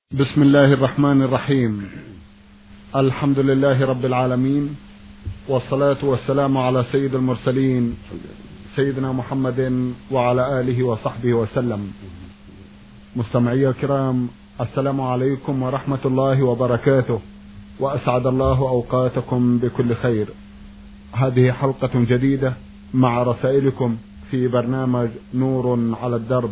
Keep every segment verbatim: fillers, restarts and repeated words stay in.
بسم الله الرحمن الرحيم. الحمد لله رب العالمين، والصلاة والسلام على سيد المرسلين سيدنا محمد وعلى آله وصحبه وسلم. مستمعي الكرام، السلام عليكم ورحمة الله وبركاته، وأسعد الله أوقاتكم بكل خير. هذه حلقة جديدة مع رسائلكم في برنامج نور على الدرب.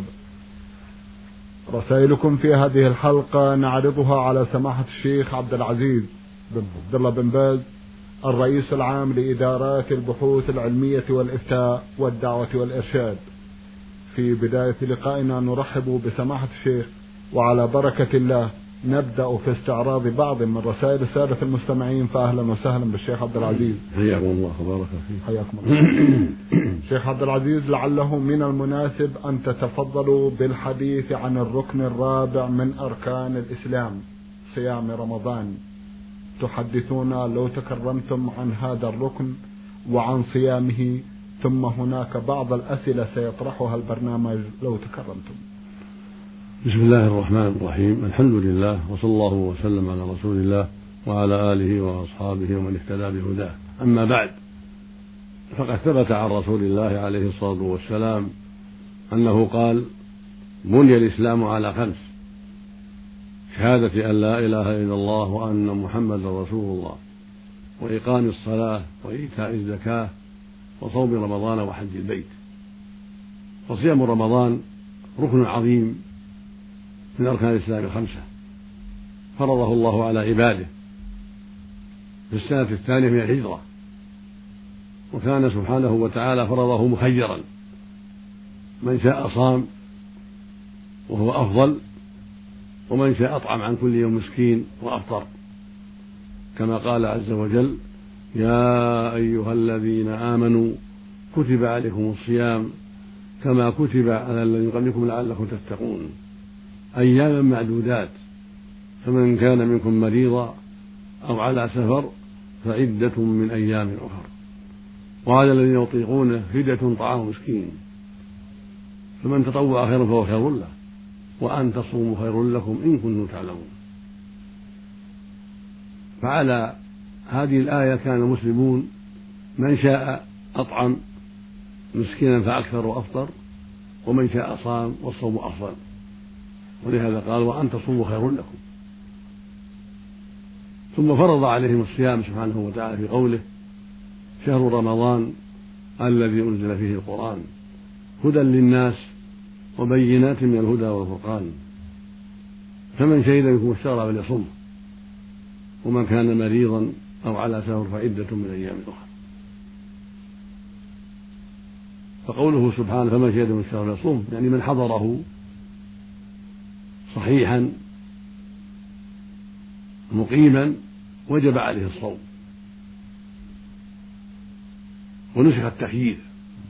رسائلكم في هذه الحلقة نعرضها على سماحة الشيخ عبد العزيز بن عبد الله بن باز، الرئيس العام لإدارات البحوث العلمية والإفتاء والدعوة والإرشاد. في بداية لقائنا نرحب بسماحة الشيخ، وعلى بركة الله نبدأ في استعراض بعض من رسائل السادة المستمعين. فأهلا وسهلا بالشيخ عبد العزيز. حياكم الله وبارك فيك. حياكم الله. شيخ عبد العزيز، لعله من المناسب أن تتفضلوا بالحديث عن الركن الرابع من أركان الإسلام، صيام رمضان. تحدثونا لو تكرمتم عن هذا الركن وعن صيامه، ثم هناك بعض الأسئلة سيطرحها البرنامج لو تكرمتم. بسم الله الرحمن الرحيم. الحمد لله، وصلى الله وسلم على رسول الله وعلى آله وأصحابه ومن اهتدى بهداه. أما بعد، فقد ثبت عن رسول الله عليه الصلاة والسلام أنه قال: بني الإسلام على خمس: شهادة أن لا إله إلا الله وأن محمدا رسول الله، وإقام الصلاة، وإيتاء الزكاة، وصوم رمضان، وحج البيت. وصيام رمضان ركن عظيم من أركان الإسلام الخمسة، فرضه الله على عباده في السنة الثانية من الهجرة، وكان سبحانه وتعالى فرضه مخيرا: من شاء صام وهو أفضل، ومن شاء أطعم عن كل يوم مسكين وأفطر، كما قال عز وجل: يا أيها الذين آمنوا كتب عليكم الصيام كما كتب على الذين من قبلكم لعلكم تتقون، أياما معدودات، فمن كان منكم مريضا أو على سفر فعدة من أيام أخر، وعلى الذين يطيقونه فدية طعام مسكين، فمن تطوع خيرا فهو خير له، وأن تصوموا خير لكم إن كنتم تعلمون. فعلى هذه الآية كان المسلمون من شاء أطعم مسكينا فأكثر وأفطر، ومن شاء صام، والصوم أفضل، ولهذا قال: وأن تصوموا خير لكم. ثم فرض عليهم الصيام سبحانه وتعالى في قوله: شهر رمضان الذي أنزل فيه القرآن هدى للناس وبينات من الهدى والفرقان، فمن شهد منكم الشهر فليصم، ومن كان مريضا أو على سفر فعدة من أيام أخرى. فقوله سبحانه: فمن شهد منكم الشهر فليصم، يعني من حضره صحيحا مقيما وجب عليه الصوم، ونسخ التخيير.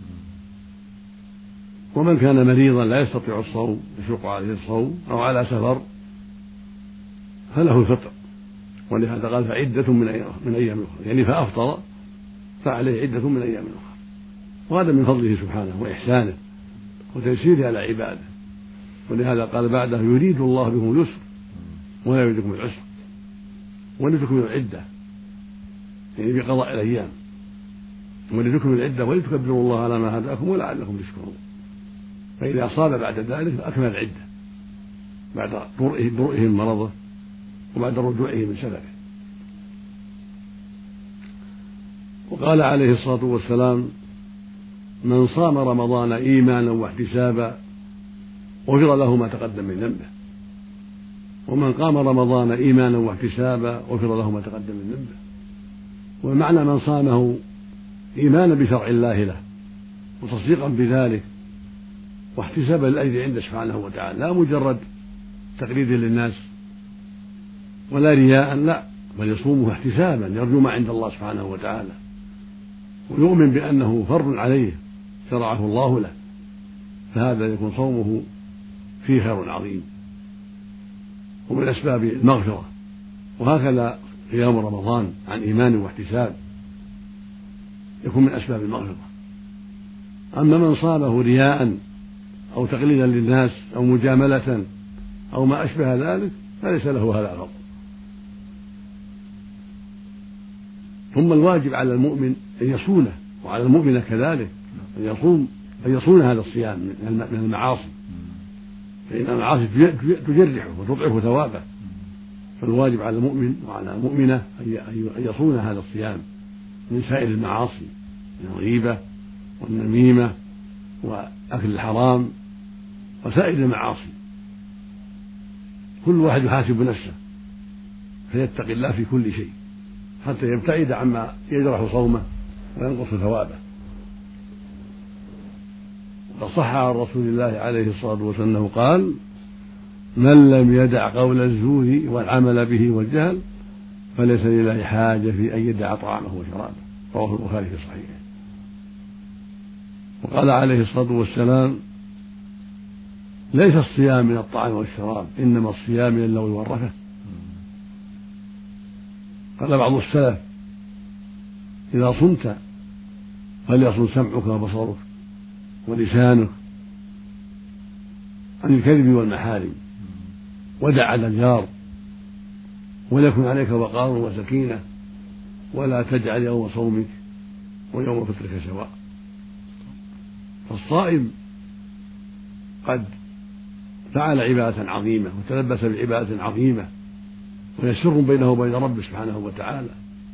ومن كان مريضا لا يستطيع الصوم، يشق عليه الصوم، أو على سفر، فله الفطر، ولهذا قال: فعدة من أيام أخرى، يعني فأفطر فعليه عدة من أيام أخرى. وهذا من فضله سبحانه وإحسانه وتيسيره على عباده، ولهذا قال بعده: يريد الله بكم اليسر ولا يريد بكم العسر ولتكملوا العدة، يعني بقضاء الأيام، ولتكملوا العدة ولتكبروا الله على ما هداكم ولعلكم تشكرون. فإذا أصاب بعد ذلك فأكمل العدة بعد برؤه من مرضه وبعد رجوعه من سفره. وقال عليه الصلاة والسلام: من صام رمضان إيمانا واحتسابا غفر له ما تقدم من ذنبه، ومن قام رمضان إيمانا واحتسابا غفر له ما تقدم من ذنبه. والمعنى: من صامه إيمانا بشرع الله له وتصديقا بذلك واحتسابا للأجر عنده سبحانه وتعالى، لا مجرد تقليد للناس ولا رياء، لا، بل يصومه احتسابا يرجو ما عند الله سبحانه وتعالى، ويؤمن بأنه فرض عليه شرعه الله له، فهذا يكون صومه فيه خير عظيم ومن أسباب المغفرة. وهكذا قيام رمضان عن إيمان واحتساب يكون من أسباب المغفرة. أما من صامه رياء أو تقليدا للناس أو مجاملة أو ما أشبه ذلك فليس له هذا الفضل. ثم الواجب على المؤمن أن يصونه، وعلى المؤمنة كذلك أن يصوم أن يصون هذا الصيام من المعاصي، فإن المعاصي تجرحه وتضعف ثوابه. فالواجب على المؤمن وعلى المؤمنة أن يصون هذا الصيام من سائر المعاصي، من الغيبة والنميمة وأكل الحرام وسائر المعاصي. كل واحد يحاسب نفسه فيتقي الله في كل شيء حتى يبتعد عما يجرح صومه وينقص ثوابه. وقد صح عن رسول الله عليه الصلاة والسلام أنه قال: من لم يدع قول الزور والعمل به والجهل فليس لله حاجة في أن يدع طعامه وشرابه. رواه البخاري في صحيحه. وقال عليه الصلاة والسلام: ليس الصيام من الطعام والشراب، إنما الصيام من اللغو والرفث. قال بعض السلف: إذا صمت فليصم سمعك وبصرك ولسانك عن الكذب والمحارم، ودع على الجار، وليكن عليك وقار وسكينة، ولا تجعل يوم صومك ويوم فطرك سواء. فالصائم قد فعل عبادة عظيمة وتلبس بعبادة عظيمة، وهي سر بينه وبين ربه سبحانه وتعالى،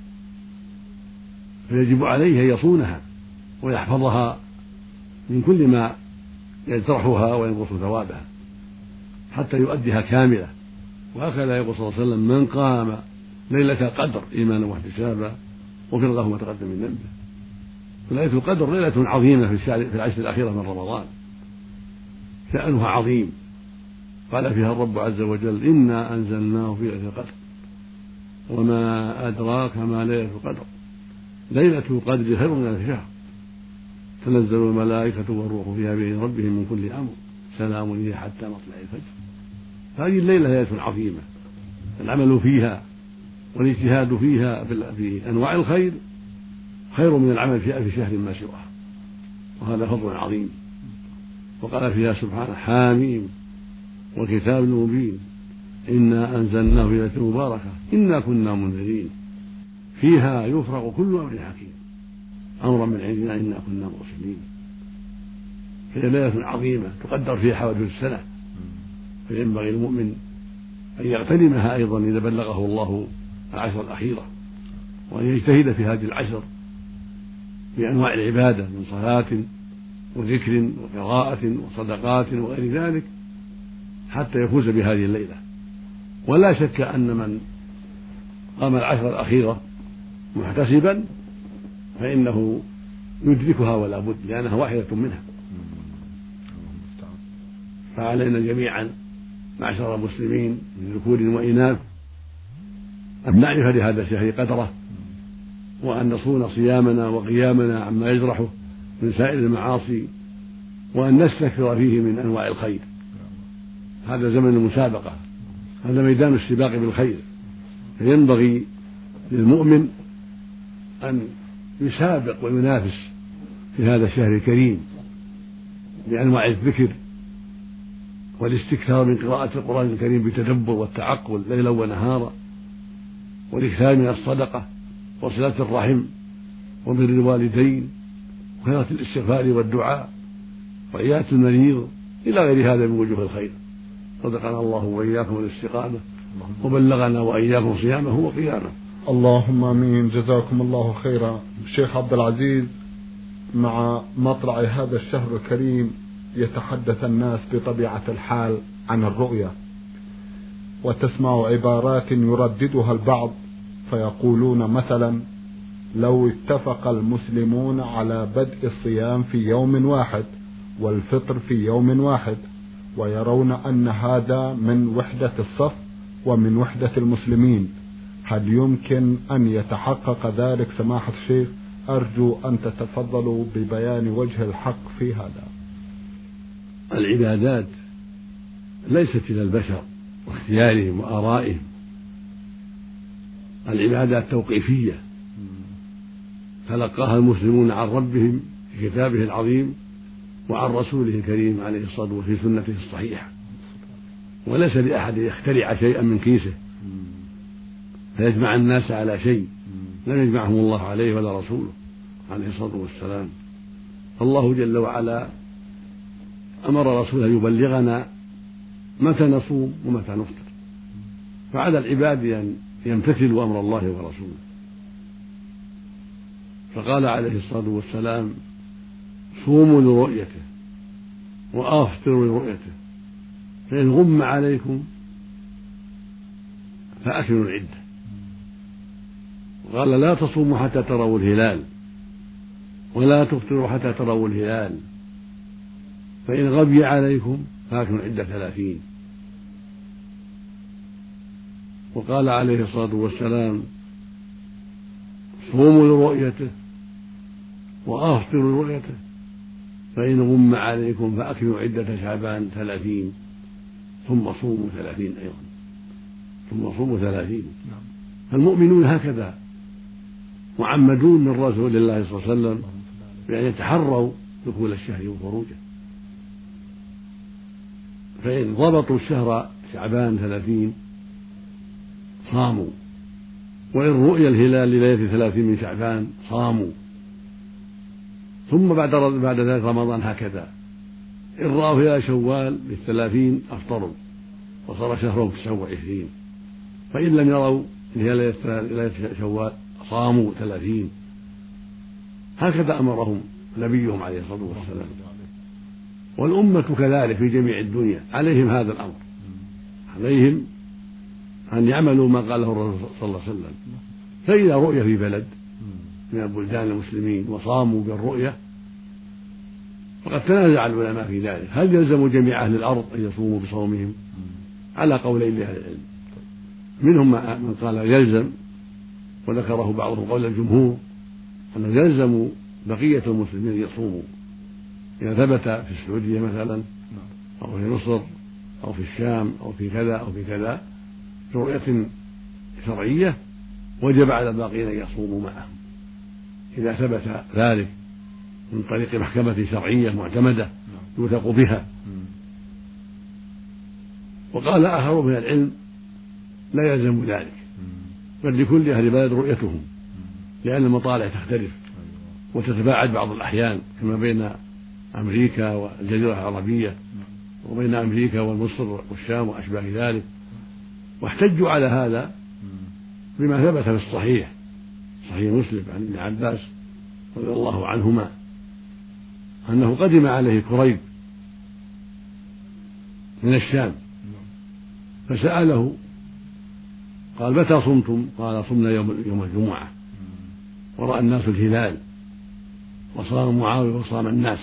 فيجب عليه أن يصونها ويحفظها من كل ما يجرحها وينقص ثوابها حتى يؤديها كاملة. وهكذا يقول صلى الله عليه وسلم: من قام ليلة القدر إيمانا واحتسابا غفر له ما تقدم من ذنبه. فليلة القدر ليلة عظيمة في في العشر الأخيرة من رمضان، شأنها عظيم. قال فيها الرب عز وجل: إنا أنزلناه في ليلة القدر وما أدراك ما ليلة القدر ليلة القدر خير من ألف شهر تنزل الملائكة والروح فيها بإذن ربهم من كل أمر سلام هي حتى مطلع الفجر. هذه الليلة ليلة عظيمة، العمل فيها والاجتهاد فيها في أنواع الخير خير من العمل في ألف شهر ما سواها، وهذا فضل عظيم. وقال فيها سبحانه: حاميم والكتاب المبين إنا أنزلناه في ليلة مباركة إنا كنا منذرين فيها يفرق كل أمر حكيم أمرا من عندنا إنا كنا مرسلين. هي ليلة عظيمة تقدر فيها حوادث السنة، فينبغي المؤمن أن يغتنمها أيضا إذا بلغه الله العشر الأخيرة، وأن يجتهد في هذه العشر بأنواع العبادة من صلاة وذكر وقراءة وصدقات وغير ذلك حتى يفوز بهذه الليلة. ولا شك أن من قام العشر الأخيرة محتسبا فإنه يدركها ولا بد، لأنها واحدة منها. فعلينا جميعا معشر المسلمين من ذكور وإناث أن نعرف لهذا الشهر قدره، وأن نصون صيامنا وقيامنا عما يجرحه من سائر المعاصي، وأن نستكثر فيه من أنواع الخير. هذا زمن المسابقة، هذا ميدان السباق بالخير، فينبغي للمؤمن أن يسابق وينافس في هذا الشهر الكريم بأنواع الذكر والاستكثار من قراءة القرآن الكريم بتدبر والتعقل ليلا ونهارا، والاكثار من الصدقة وصلة الرحم وبر الوالدين وكثرة الاستغفار والدعاء وعيادة المريض إلى غير هذا من وجوه الخير. صدقنا الله وإياكم الاستقامة وبلغنا وإياكم صيامه وقيامه. اللهم امين. جزاكم الله خيرا. الشيخ عبد العزيز، مع مطلع هذا الشهر الكريم يتحدث الناس بطبيعة الحال عن الرؤيا، وتسمع عبارات يرددها البعض فيقولون مثلا: لو اتفق المسلمون على بدء الصيام في يوم واحد والفطر في يوم واحد، ويرون أن هذا من وحدة الصف ومن وحدة المسلمين، هل يمكن أن يتحقق ذلك سماحة الشيخ؟ أرجو أن تتفضلوا ببيان وجه الحق في هذا. العبادات ليست إلى البشر واختيارهم وآرائهم، العبادات توقيفية تلقاها المسلمون عن ربهم في كتابه العظيم وعن رسوله الكريم عليه الصلاة والسلام في سنته الصحيحة. وليس لأحد يخترع شيئا من كيسه فيجمع الناس على شيء لم يجمعهم الله عليه ولا رسوله عليه الصلاة والسلام. فالله جل وعلا أمر رسوله يبلغنا متى نصوم ومتى نفطر، فعلى العباد أن يمتثلوا أمر الله ورسوله. فقال عليه الصلاة والسلام: صوموا لرؤيته وأفطروا لرؤيته، فإن غم عليكم فأكملوا العدة. وقال: لا تصوموا حتى تروا الهلال ولا تفطروا حتى تروا الهلال، فإن غبي عليكم فأكملوا العدة ثلاثين. وقال عليه الصلاة والسلام: صوموا لرؤيته وأفطروا لرؤيته، فإن غم عليكم فأكملوا عدة شعبان ثلاثين، ثم صوموا ثلاثين أيضا، ثم صوموا ثلاثين. فالمؤمنون هكذا معمدون من رسول الله صلى الله عليه وسلم بأن يتحروا دخول الشهر وخروجه، فإن ضبطوا الشهر شعبان ثلاثين صاموا، وإن رؤي الهلال لليلة ثلاثين من شعبان صاموا، ثم بعد بعد ذلك رمضان هكذا، إن رأوا هلال شوال بالثلاثين أفطروا وصار شهرهم تسعة وعشرين، فإن لم يروا ليلة شوال صاموا ثلاثين. هكذا أمرهم نبيهم عليه الصلاة والسلام، والأمة كذلك في جميع الدنيا عليهم هذا الأمر، عليهم أن يعملوا ما قاله الرسول صلى الله عليه وسلم. فإذا رؤي في بلد من بلدان المسلمين وصاموا بالرؤية فقد تنازع العلماء في ذلك، هل يلزم جميع أهل الأرض أن يصوموا بصومهم؟ على قولين لأهل العلم، منهم من قال يلزم، وذكره بعضهم قول الجمهور أنه يلزم بقية المسلمين يصوموا إذا ثبت في السعودية مثلا أو في مصر أو في الشام أو في كذا أو في كذا في رؤية شرعية، وجب على الباقين أن يصوموا معهم إذا ثبت ذلك من طريق محكمة شرعية معتمدة يوثق بها. وقال آخر من العلم لا يلزم ذلك، بل لكل أهل بلد رؤيتهم، لأن المطالع تختلف وتتباعد بعض الأحيان، كما بين أمريكا والجزيرة العربية وبين أمريكا ومصر والشام وأشباه ذلك. واحتجوا على هذا بما ثبت في الصحيح صحيح مسلم عن ابن عباس رضي الله عنهما أنه قدم عليه كريب من الشام فسأله قال: متى صمتم؟ قال: صمنا يوم, يوم الجمعة، ورأى الناس الهلال وصام معاوية وصام الناس.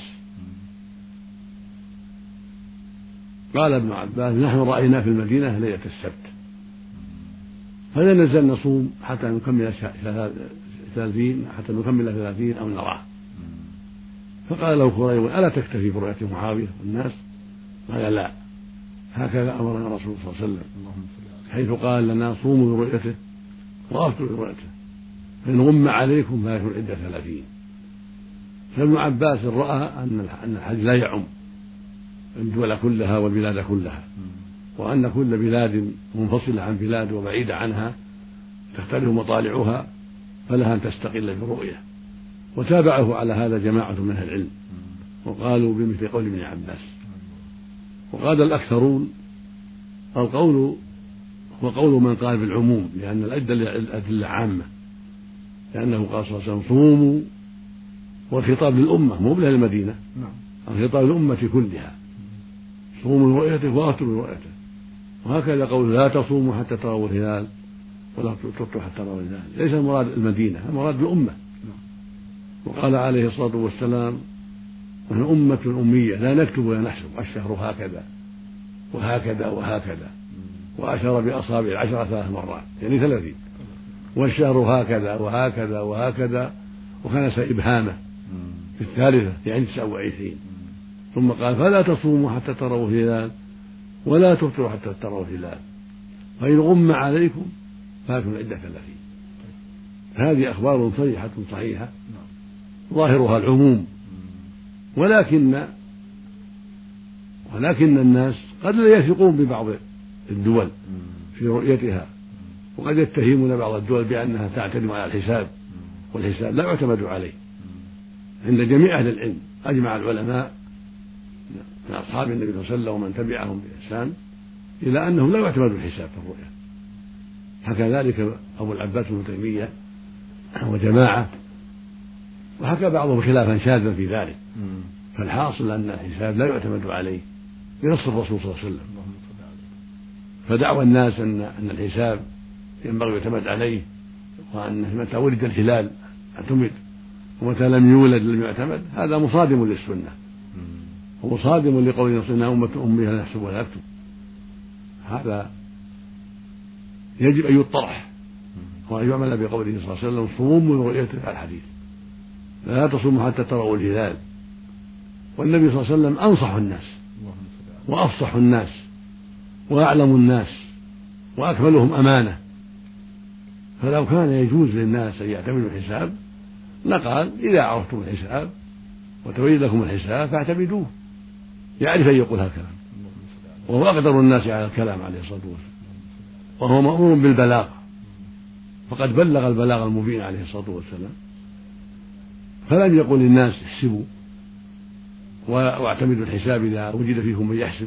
قال ابن عباس: نحن رأينا في المدينة ليلة السبت، فلا نزل نصوم حتى نكمل ثلاثين حتى نكمل ثلاثين أو نراه. فقال له كريب: ألا تكتفي برؤية معاوية والناس؟ قال: لا، هكذا أمرنا الرسول صلى الله عليه وسلم، حيث قال لنا: صوموا برؤيته وأفطروا برؤيته، فإن غم عليكم فأكملوا العدة ثلاثين. فابن عباس رأى أن الحج لا يعم الدول كلها والبلاد كلها، وأن كل بلاد منفصلة عن بلاد وبعيدة عنها تختلف مطالعها فلها أن تستقل برؤية. وتابعه على هذا جماعة من أهل العلم وقالوا بمثل قول ابن عباس. وقال الأكثرون القول هو قول من قال بالعموم، لأن الأدلة عامة، لأنه قال صلى الله عليه وسلم: صوموا، والخطاب للأمة مو لأهل المدينة، الخطاب للأمة كلها، صوموا لرؤيته وأفطروا لرؤيته. وهكذا قول: لا تصوموا حتى تروا الهلال ولا تفطروا حتى تروا الهلال، ليس المراد المدينة، المراد الأمة. وقال عليه الصلاة والسلام: نحن أمة أمية لا نكتب ولا نحسب، الشهر هكذا وهكذا وهكذا، وأشار بأصابع العشرة ثلاث مرات يعني ثلاثين، والشهر هكذا وهكذا وهكذا، وخنس إبهامه في الثالثة يعني تسعة وعشرين. ثم قال: فلا تصوموا حتى تروا الهلال ولا تفطروا حتى تروا الهلال، فإن غم عليكم فأكملوا العدة ثلاثين. هذه أخبار صريحة صحيحة ظاهرها العموم، ولكن ولكن الناس قد لا يثقون ببعض الدول في رؤيتها، وقد يتهمون بعض الدول بأنها تعتمد على الحساب، والحساب لا يعتمد عليه عند جميع أهل العلم. أجمع العلماء من أصحاب النبي صلى الله عليه وسلم ومن تبعهم بإحسان إلى أنه لا يعتمد الحساب في الرؤيا. حكى ذلك أبو العباس ابن تيمية وجماعة، وحكى بعضهم خلافا شاذا في ذلك. فالحاصل أن الحساب لا يعتمد عليه بنص الرسول صلى الله عليه وسلم. فدعوى الناس أن أن الحساب ينبغي يعتمد عليه، وأن متى ولد الهلال اعتمد ومتى لم يولد لم يعتمد، هذا مصادم للسنة ومصادم لقول نصرنا أمة أمها لا نحسب ولا نكتب. هذا يجب أن يطرح وأن يعمل بقوله صلى الله عليه وسلم: صوموا من رؤيته الحديث، لا تصوموا حتى تروا الهلال. والنبي صلى الله عليه وسلم أنصح الناس وأفصح الناس وأعلم الناس وأكملهم أمانة، فلو كان يجوز للناس أن يعتمدوا الحساب لقال: إذا عرفتم الحساب وتبين لكم الحساب فاعتمدوه. يعرف أن يقول هالكلام، وهو أقدر الناس على الكلام عليه الصلاة والسلام، وهو مأمور بالبلاغ، فقد بلغ البلاغ المبين عليه الصلاة والسلام. فلم يقل للناس احسبوا واعتمدوا الحساب إذا وجد فيكم من يحسب،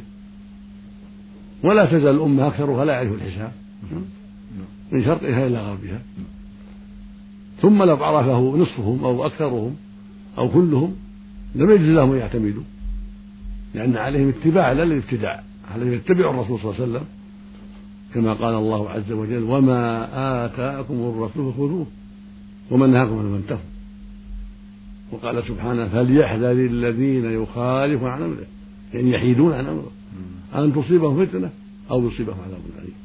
ولا تزال الأمة أكثرها لا يعرف الحساب من شرقها إلى غربها. ثم لو عرفه نصفهم أو أكثرهم أو كلهم لم يجوز لهم أن يعتمدوا، لأن عليهم اتباع لا الابتداع، عليهم يتبعوا الرسول صلى الله عليه وسلم، كما قال الله عز وجل: وما آتاكم الرسول فخذوه وما نهاكم عنه فانتهوا. وقال سبحانه: فليحذر الذين يخالفون عن أمره، يعني يحيدون عن أمره، أن تصيبهم فتنة أو يصيبهم عذاب أليم.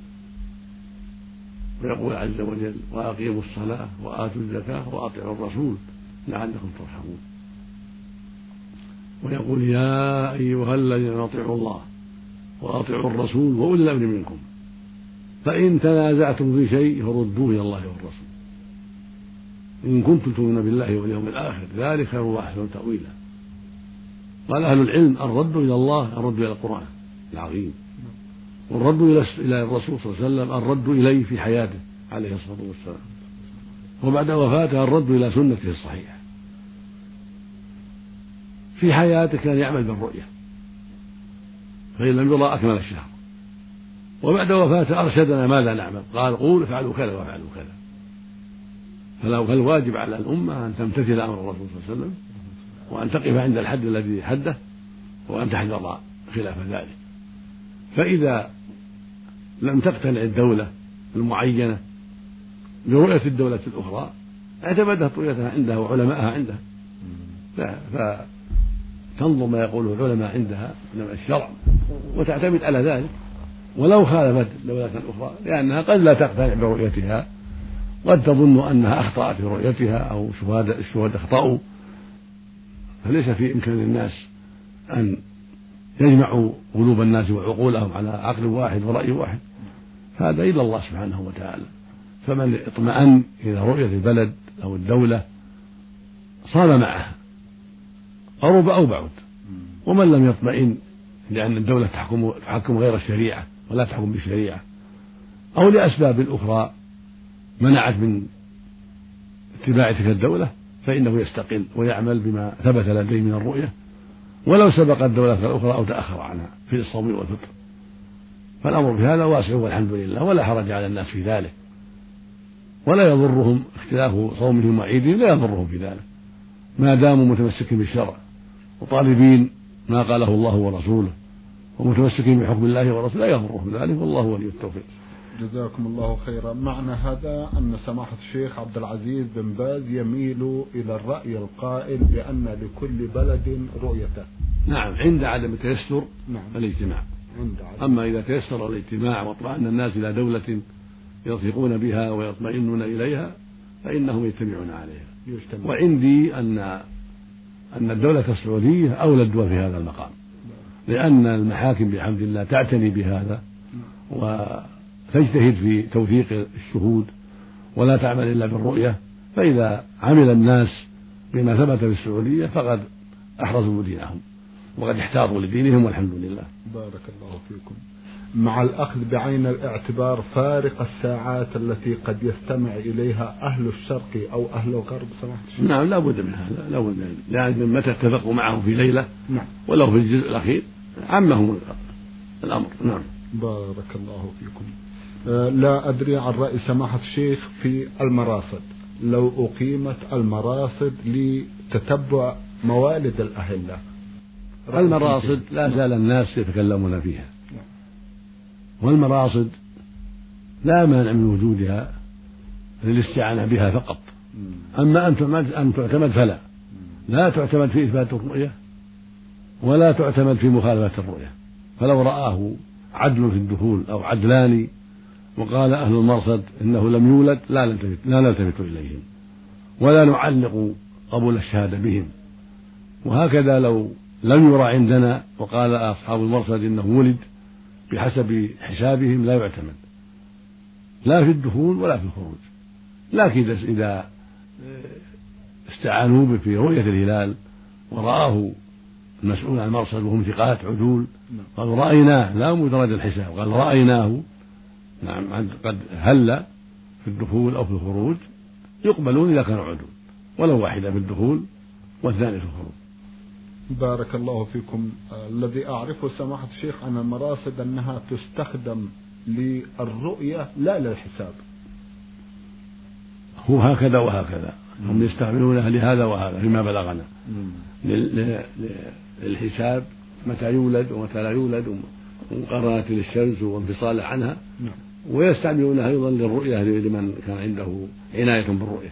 ويقول عز وجل: وأقيموا الصلاة وآتوا الزكاة وأطيعوا الرسول لعلكم ترحمون. ويقول: يا أيها الذين أطيعوا الله وأطيعوا الرسول وأولي الأمر منكم، فإن تنازعتم في شيء فردوه إلى الله والرسول إن كنتم تؤمنون بالله واليوم الآخر، ذلك خير وأحسن تأويلا. قال أهل العلم: الرد إلى الله الرد إلى القرآن العظيم، والرد إلى الرسول صلى الله عليه وسلم الرد إليه في حياته عليه الصلاة والسلام، وبعد وفاته الرد إلى سنته الصحيحة. في حياته كان يعمل بالرؤية، فإن لم يرى أكمل الشهر، وبعد وفاته أرشدنا ماذا نعمل، قال: قول افعلوا كذا وافعلوا كذا. فالواجب على الأمة أن تمتثل أمر الرسول صلى الله عليه وسلم، وأن تقف عند الحد الذي حده، وأن تحذر خلاف ذلك. فإذا لم تقتنع الدولة المعينة برؤية الدولة الأخرى اعتمدت رؤيتها عندها وعلماءها عندها، فتنظر ما يقوله العلماء عندها من الشرع وتعتمد على ذلك، ولو خالفت دولة أخرى، لأنها قد لا تقتنع برؤيتها، قد تظن أنها أخطأت في رؤيتها أو الشهود أخطأوا. فليس في إمكان الناس أن يجمعوا قلوب الناس وعقولهم على عقل واحد ورأي واحد، هذا إلا الله سبحانه وتعالى. فمن اطمأن إلى رؤية البلد أو الدولة صار معها قرب أو بعد، ومن لم يطمئن لأن الدولة تحكم, تحكم غير الشريعة ولا تحكم بالشريعة، أو لأسباب أخرى منعت من اتباع تلك الدولة، فإنه يستقل ويعمل بما ثبت لديه من الرؤية، ولو سبق الدولة الأخرى أو تأخر عنها في الصوم والفطر. فالأمر بهذا واسع والحمد لله، ولا حرج على الناس في ذلك، ولا يضرهم اختلاف صومهم وعيدهم، لا يضرهم في ذلك ما داموا متمسكين بالشرع وطالبين ما قاله الله ورسوله ومتمسكين بحكم الله ورسوله، لا يضرهم ذلك، والله ولي التوفيق. جزاكم الله خيرا. معنى هذا أن سماحة الشيخ عبد العزيز بن باز يميل إلى الرأي القائل بأن لكل بلد رؤيته. نعم، عند عدم التيسر نعم. الاجتماع. عند عدم. أما إذا تيسر الاجتماع واطمأن الناس إلى دولة يثقون بها ويطمئنون إليها فإنهم يجتمعون عليها. يجتمع. وعندي أن أن الدولة السعودية أولى الدول في هذا المقام، لأن المحاكم بحمد الله تعتني بهذا وتجتهد في توثيق الشهود ولا تعمل إلا بالرؤية، فإذا عمل الناس بما ثبت في السعودية فقد أحرزوا دينهم وقد احتاطوا لدينهم، والحمد لله. بارك الله فيكم. مع الأخذ بعين الاعتبار فارق الساعات التي قد يستمع إليها أهل الشرق أو أهل الغرب سماحة الشيخ؟ نعم لا بد من هذا، لا بد من لأن متى اتفقوا معهم في ليلة نعم ولو في الجزء الأخير عمهم الأمر. نعم. بارك الله فيكم. أه لا أدري عن رأي سماحة الشيخ في المراصد، لو أقيمت المراصد لتتبع موالد الأهلة. المراصد لا زال الناس يتكلمون فيها، والمراصد لا مانع من وجودها للاستعانة بها فقط، أما أن تعتمد فلا، لا تعتمد في إثبات الرؤية ولا تعتمد في مخالفة الرؤية. فلو رآه عدل في الدخول أو عدلان وقال أهل المرصد إنه لم يولد لا نلتفت, لا نلتفت إليهم ولا نعلق قبول الشهادة بهم. وهكذا لو لم يرى عندنا وقال أصحاب المرصد إنه ولد بحسب حسابهم لا يعتمد لا في الدخول ولا في الخروج. لكن إذا استعانوا به في رؤية الهلال ورآه المسؤول عن المرصد وهم ثقات عدول قالوا رأيناه لا مجرد الحساب، قال رأيناه نعم قد هل في الدخول أو في الخروج يقبلون إذا كانوا عدول، ولو واحدة في الدخول والثاني في الخروج. بارك الله فيكم. الذي أعرفه سماحة الشيخ عن المراصد أنها تستخدم للرؤية لا للحساب. هو هكذا وهكذا، هم يستعملونها لهذا وهذا فيما بلغنا، للحساب متى يولد ومتى لا يولد ومقارنة للشمس وانفصاله عنها، ويستعملونها أيضا للرؤية لمن كان عنده عناية بالرؤية.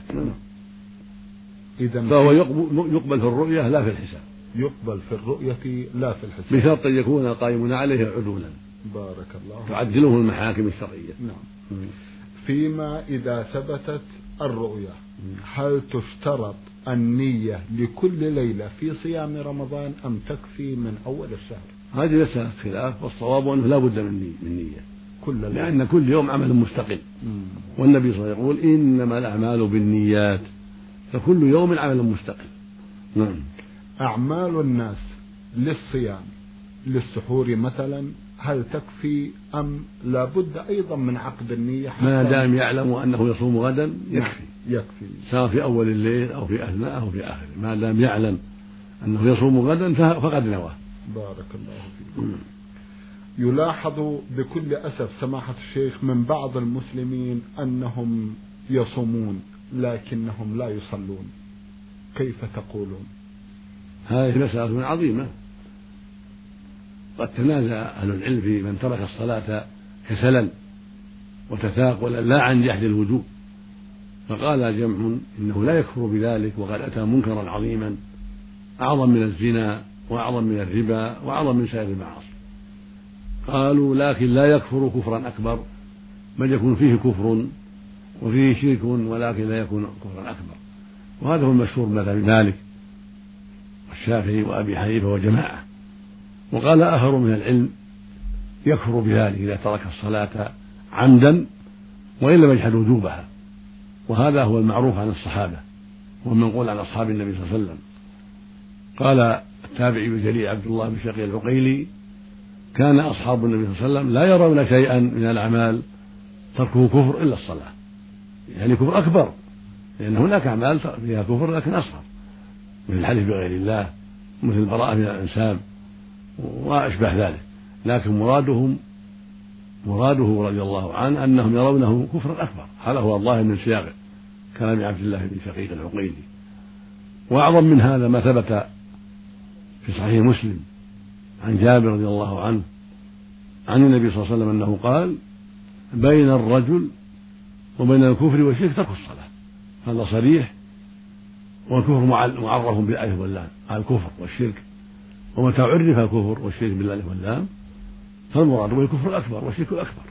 إذن فهو يقبل في الرؤية لا في الحساب، يقبل في الرؤية لا في الحساب بشرط أن يكون القائمون عليه عدولا بارك الله تعدله المحاكم الشرعية. نعم. فيما إذا ثبتت الرؤية هل تشترط النية لكل ليلة في صيام رمضان أم تكفي من أول الشهر؟ هذه مسألة خلاف، والصواب أنه لا بد من نية كل ليلة، لأن كل يوم عمل مستقل. مم. والنبي صلى الله عليه وسلم يقول إنما الأعمال بالنيات، فكل يوم عمل مستقل. نعم. أعمال الناس للصيام للسحور مثلا هل تكفي أم لا بد أيضا من عقد النية؟ ما دام يعلم أنه يصوم غدا يكفي. يكفي سواء في أول الليل أو في أثناءه أو في آخره، ما دام يعلم أنه يصوم غدا فقد نوى. بارك الله فيكم. يلاحظ بكل أسف سماحة الشيخ من بعض المسلمين أنهم يصومون لكنهم لا يصلون، كيف تقولون؟ هذه مسألة عظيمة، قد تنازع أهل العلم في من ترك الصلاة كسلا وتثاقلا لا عن جحد الوجوب، فقال جمع إنه لا يكفر بذلك وقد أتى منكرا عظيما أعظم من الزنا وأعظم من الربا وأعظم من سائر المعاصي. قالوا لكن لا يكفر كفرا أكبر، بل يكون فيه كفر وفيه شرك ولكن لا يكون كفرا أكبر. وهذا هو المشهور مذهب مالك والشافعي وأبي حنيفة وجماعة. وقال آخر من العلم يكفر بذلك إذا ترك الصلاة عمدا وإن لم يجحد وجوبها، وهذا هو المعروف عن الصحابة ومنقول عن أصحاب النبي صلى الله عليه وسلم. قال التابعي الجليل عبد الله بن شقيق العقيلي كان أصحاب النبي صلى الله عليه وسلم لا يرون شيئا من الأعمال تركه كفر إلا الصلاة، يعني كفر أكبر، لأن هناك أعمال فيها كفر لكن أصغر مثل الحلف بغير الله مثل البراءة من الأنساب وأشبه ذلك، لكن مرادهم مراده رضي الله عنه أنهم يرونه كفرا أكبر. هذا هو الله من سياق كلام عبد الله بن شقيق العقيلي. وأعظم من هذا ما ثبت في صحيح مسلم عن جابر رضي الله عنه عن النبي صلى الله عليه وسلم أنه قال بين الرجل وبين الكفر والشرك ترك الصلاة. هذا صريح، والكفر معرف بالألف واللام، الكفر والشرك، ومتى عرف الكفر والشرك بالألف واللام فالمراد به الكفر الأكبر والشرك الأكبر.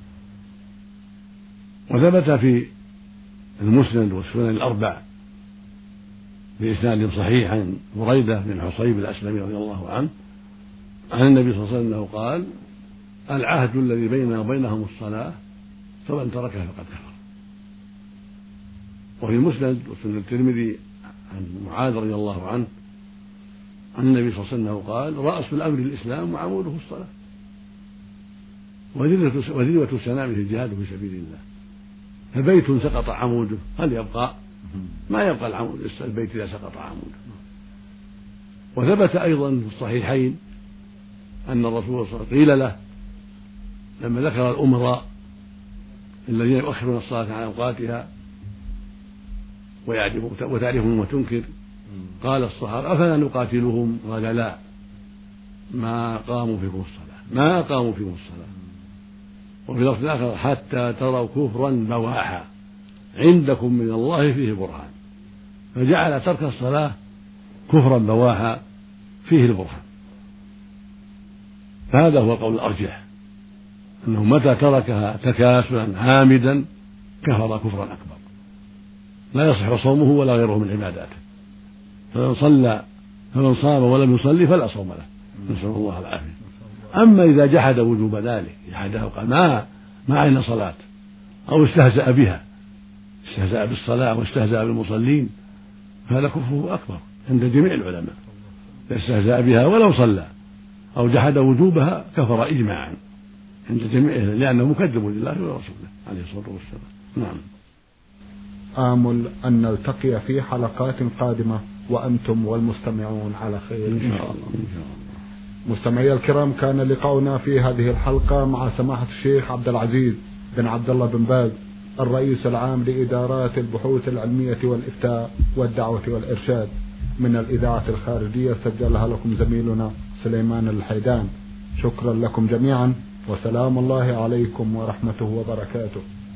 وثبت في المسند والسنن الأربع بإسناد صحيح عن بريدة بن حصيب الأسلمي رضي الله عنه عن النبي صلى الله عليه وسلم أنه قال العهد الذي بيننا وبينهم الصلاة فمن تركها فقد كفر. وفي المسند وسنن الترمذي عن معاذ رضي الله عنه عن النبي صلى الله عليه وسلم قال رأس الأمر الإسلام وعموده الصلاة. وذروة سنامه الجهاد في سبيل الله. فبيت سقط عموده هل يبقى؟ ما يبقى العمود البيت إذا سقط عموده. وثبت أيضا في الصحيحين أن الرسول صلى الله عليه وسلم قيل له لما ذكر الأمراء الذين يؤخرون الصلاة عن أوقاتها وتعرفهم وتنكر، قال الصحابة أفلا نقاتلهم؟ قال لا، ما قاموا فيكم الصلاة، ما قاموا فيكم الصلاة. وفي لفظ آخر حتى تروا كفرا بواحا عندكم من الله فيه برهان، فجعل ترك الصلاة كفرا بواحا فيه البرهان. فهذا هو القول الأرجح، أنه متى تركها تكاسلا عامدا كفر كفرا أكبر لا يصح صومه ولا غيره من عباداته. فمن صلى فمن صام ولم يصلي فلا صوم له، نسأل الله العافية. أما إذا جحد وجوب ذلك، جحده وقال ما ما علينا صلاة، أو استهزأ بها، استهزأ بالصلاة واستهزأ بالمصلين، فهذا كفره أكبر عند جميع العلماء. استهزأ بها ولو صلى أو جحد وجوبها كفر إجماعا عند جميع، لأنه مكذب لله ورسوله عليه الصلاة والسلام. نعم. آمل أن نلتقي في حلقات قادمة وأنتم والمستمعون على خير إن شاء الله. إن شاء الله. مستمعي الكرام، كان لقاؤنا في هذه الحلقة مع سماحة الشيخ عبد العزيز بن عبد الله بن باز، الرئيس العام لإدارات البحوث العلمية والإفتاء والدعوة والإرشاد، من الإذاعة الخارجية، سجلها لكم زميلنا سليمان الحيدان. شكرا لكم جميعا، وسلام الله عليكم ورحمته وبركاته.